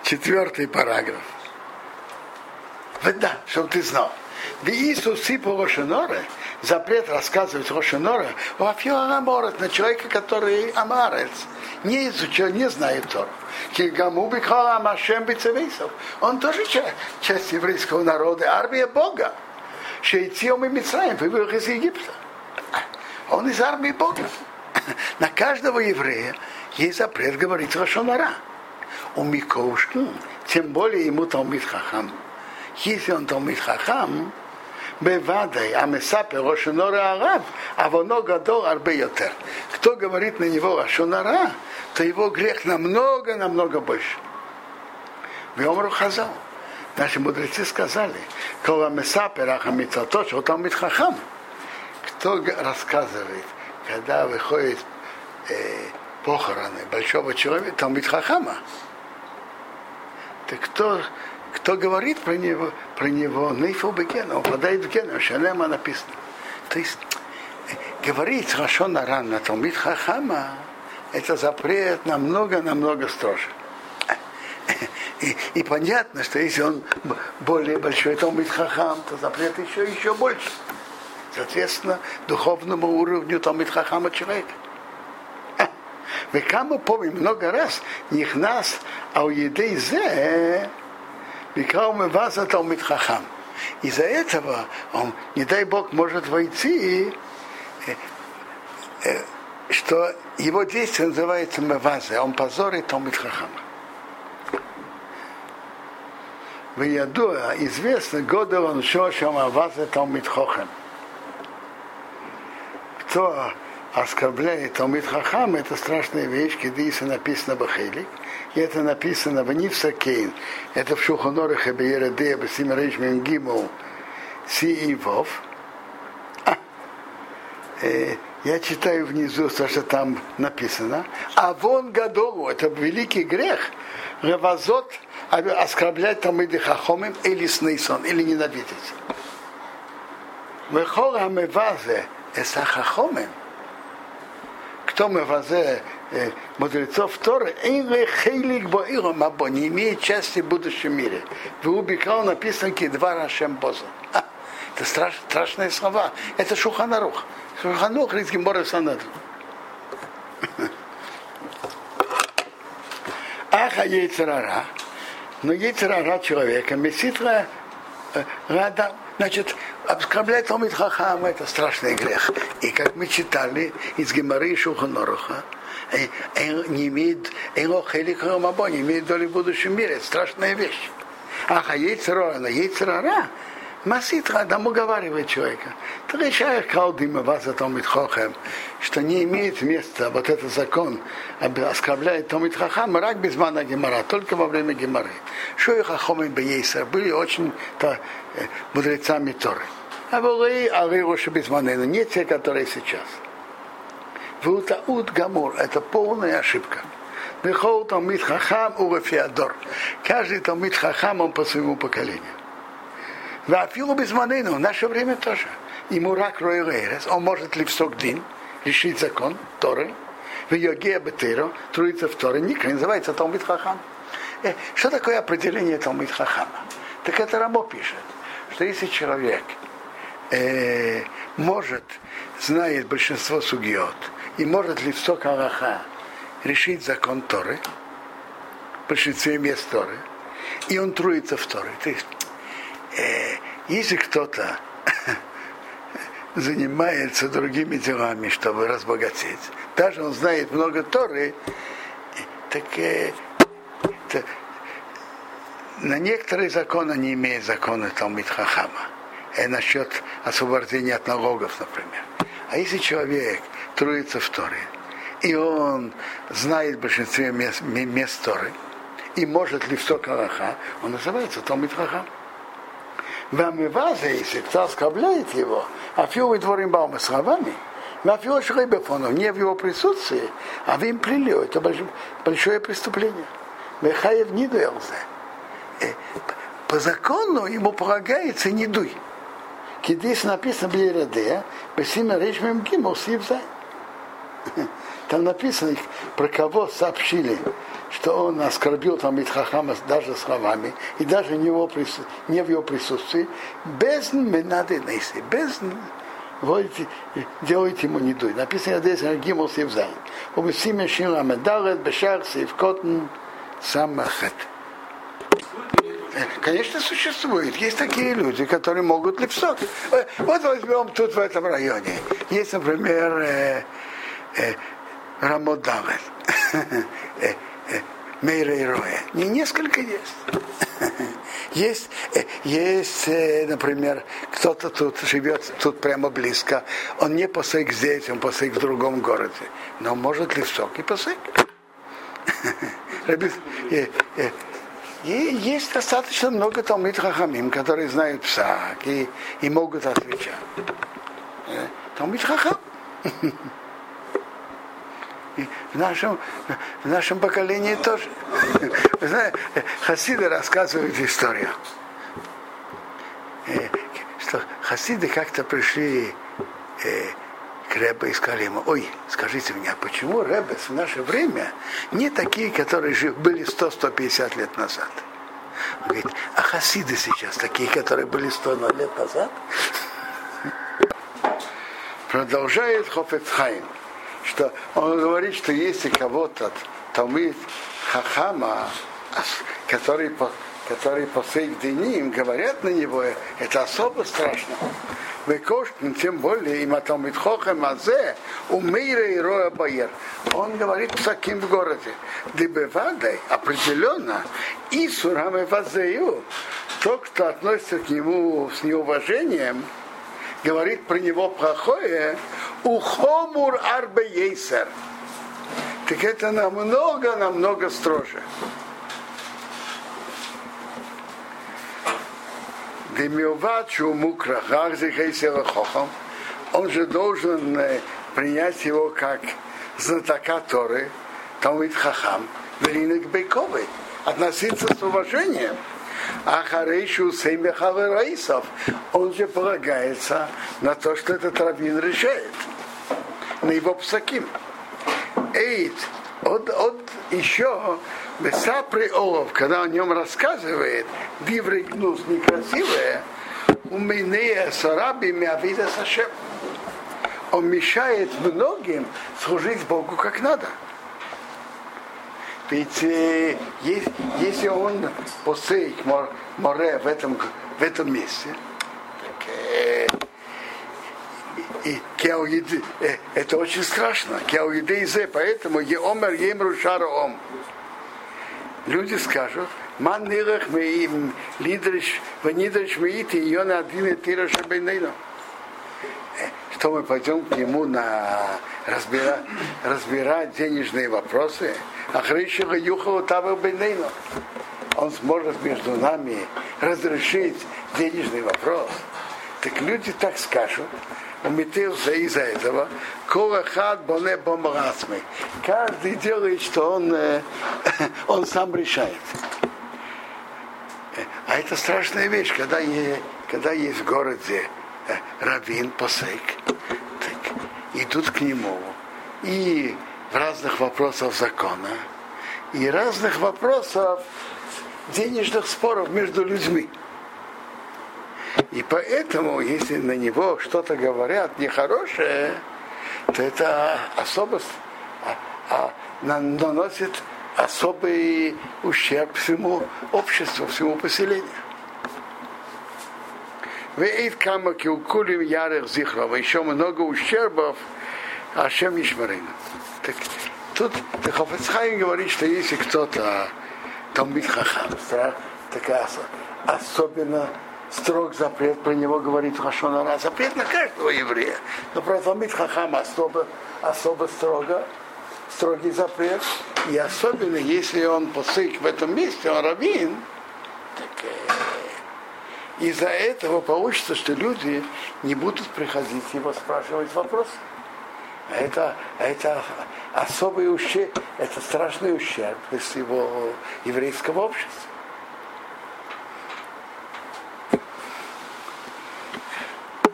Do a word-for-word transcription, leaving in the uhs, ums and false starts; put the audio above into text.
Четвертый параграф. Да, чтобы ты знал. В Иисус Сипу Рошенора, запрет рассказывать Рошенора, Вафио Аморет, на человека, который амарец, не изучил, не знает Тору. Он тоже часть еврейского народа, армия Бога. Шейциом и Мицраем вывел их из Египта. Он из армии Бога. На каждого еврея есть запрет говорить Рошенора. У Микошки, тем более ему Талмид Хахам. Если он Талмид Хахам, бевадай, амесапе Рошенора араб, а воно гадол арбе йотер. Кто говорит на него Рошенора, то его грех намного-намного больше. Веомру Хазал. Наши мудрецы сказали, кола амесапе рахамицато, что Талмид Хахам. Кто рассказывает, когда выходит э, похороны большого человека, Талмид Хахама, так кто, кто говорит про него, про него, Нейфу Бегена, он попадает в Гену, Шалема написано. То есть говорить Рашона Ран на Талмид Хахама, это запрет намного-намного строже. И, и понятно, что если он более большой Талмид Хахам, то запрет еще еще больше. Соответственно, духовному уровню Талмид Хахама человека. Мы кому помним много раз, них нас, а у едей зе, викал мы вас за Талмид Хахам. Из-за этого он, не дай Бог, может войти, э, э, что его действие называется мевазе, он позорит Талмид Хахама. В Ядуа известно, года он шошам авазе Талмид Хохам. Кто оскорбляет Талмид Хахам, это страшная вещь, когда если написано Бахелик, и это написано в Нивсакейн, это в Шухонорах и Бейереде, Басим Рейшмен Гимл, Си и Вов. А, э, я читаю внизу, то, что там написано. А вон Гадолу, это великий грех, Ревазот, оскорблять Талмид Хахомим или Снейсон, или ненавидеть. Вехора Мевазе, Эса Хахомим, кто мевазе э, мудрецов Торы, не имеет части в будущем мире. В Убикал написано «Кидвар Ашем Боза». Это страш, страшные слова. Это Шулхан Арух. Шулхан Арух, Ризгим Борев Санадру. Аха Ейцерара. Но Ейцерара человека, Меситра Рада, значит, оскорблять Талмид Хахам, это страшный грех. И как мы читали из Гемары и Шулхан Аруха, не имеет не имеет доли в будущем мире. Это страшная вещь. Ах, а Ейцерара, Ейцерара, Маситра, там уговаривает человека. Ты решаешь, Калдима, вас за Талмид Хахам, что не имеет места вот этот закон, оскорбляет Талмид Хахам, рак без мана Гемара, только во время Гемары. Шуи Хахомы Бейсер были очень мудрецами Торы. А были Алируши без манена, не те, которые сейчас. Вутаут Гамур, это полная ошибка. Бехол Талмид Хахам Урафиадор. Каждый Талмид Хахам, он по своему поколению. Вафилу без манена, в наше время тоже. Ему рак ройлерес, он может ли в Сокдин решить закон Торы, в Йоге Бетеро, трудится в Торе, никак называется Талмид Хахам. Э, что такое определение Талмид Хахама? Так это Рамо пишет, что если человек э, может, знает большинство сугиот, и может ли в Сок Алаха решить закон Торы, в большинстве мест Торы, и он трудится в Торе. То есть, э, если кто-то занимается другими делами, чтобы разбогатеть, даже он знает много Торы, так э, это, на некоторые законы не имеет закона Талмид Хахама. Э, насчет освобождения от налогов, например. А если человек трудится в Торе, и он знает в большинстве мест, мест Торы, и может ли в Сок Алаха, он называется Талмид Хахам. Вам и вас, если кто оскорбляет его, а фио и дворим баума словами, на фио шрейбефонов, не в его присутствии, а в им прилил, это большое преступление. Мехаев не дуэлся. По закону ему полагается не дуй. Здесь написано Бейереде, Бесима Рейшмем Гимл Сивзай. Там написано, про кого сообщили, что он оскорбил Талмид Хахама даже словами, и даже не в его, прису... не в его присутствии, без менады нейси, без Войте, делайте ему не дуй. Написано здесь Гимл Сивзайн. Убесиме Шила Медалет, Бешар, Сивкотн, Самахет. Конечно, существует. Есть такие люди, которые могут липсок. Вот возьмем тут в этом районе. Есть, например, э, э, Рамодавель. э, э, Мейра и Роя. Не несколько есть. Есть, есть, например, кто-то тут живет тут прямо близко. Он не посык здесь, он посык в другом городе. Но может ли сок и посык? И есть достаточно много Талмид Хахамим, которые знают псак и, и могут отвечать. Талмид Хахам. В нашем, в нашем поколении тоже. Вы знаете, хасиды рассказывают историю, что хасиды как-то пришли к Ребе и сказали ему: ой, скажите мне, а почему Ребе в наше время не такие, которые были сто - сто пятьдесят лет назад? Он говорит: а хасиды сейчас такие, которые были сто лет назад? Продолжает Хофец Хаим, что он говорит, что если кого-то Талмид Хахама, который, который посейк Деним, говорят на него, это особо страшно. Векошкин, тем более, им Талмид Хохам Азе, у Мейра и Роя Байер. Он говорит псаким в городе. Дебевадай, определенно, и Сураме Вазею, тот, кто относится к нему с неуважением, говорит про него плохое, ухомур арбе ейсер. Так это намного, намного строже. Демиовачу мукрахах зихейсера хохам. Он же должен принять его как знатока Торы, Талмид Хахам, велинок бейковый, относиться с уважением. А Харейшу Сейме Хавераисов, он же полагается на то, что этот раввин решает, на его псаким. Эйд, от, от еще Бесапри Олов, когда о нем рассказывает, диврей гнус некрасивое, умейнея сараби миавида сашем. Он мешает многим служить Богу как надо. Ведь э, есть, если он посейк море в этом, в этом месте, так, э, и, и, э, это очень страшно. Поэтому еомер емру шароом. Люди скажут: ман нилах меим лидриш внидриш меити ее на один и тира шабейнейно. Что мы пойдем к нему на разбирать, разбирать денежные вопросы? Он сможет между нами разрешить денежный вопрос. Так люди так скажут, умитился из-за этого, каждый делает, что он, он сам решает. А это страшная вещь, когда, когда есть в городе раввин, посейк, так идут к нему и в разных вопросах закона и разных вопросов денежных споров между людьми. И поэтому, если на него что-то говорят нехорошее, то это особо а, а, наносит особый ущерб всему обществу, всему поселению. Веет кама килкулим ярых зихрова, еще много ущербов, а чем ишмарина. Так тут Хофец Хаим говорит, что если кто-то Талмид Хахам, такая особенно строг запрет, про него говорит Лашон ара, запрет на каждого еврея, но про Талмид Хахама особо, особо строго, строгий запрет, и особенно если он посык в этом месте, он раввин, так из-за этого получится, что люди не будут приходить его спрашивать вопросы. А это, а это особый ущерб, это страшный ущерб из его еврейского общества.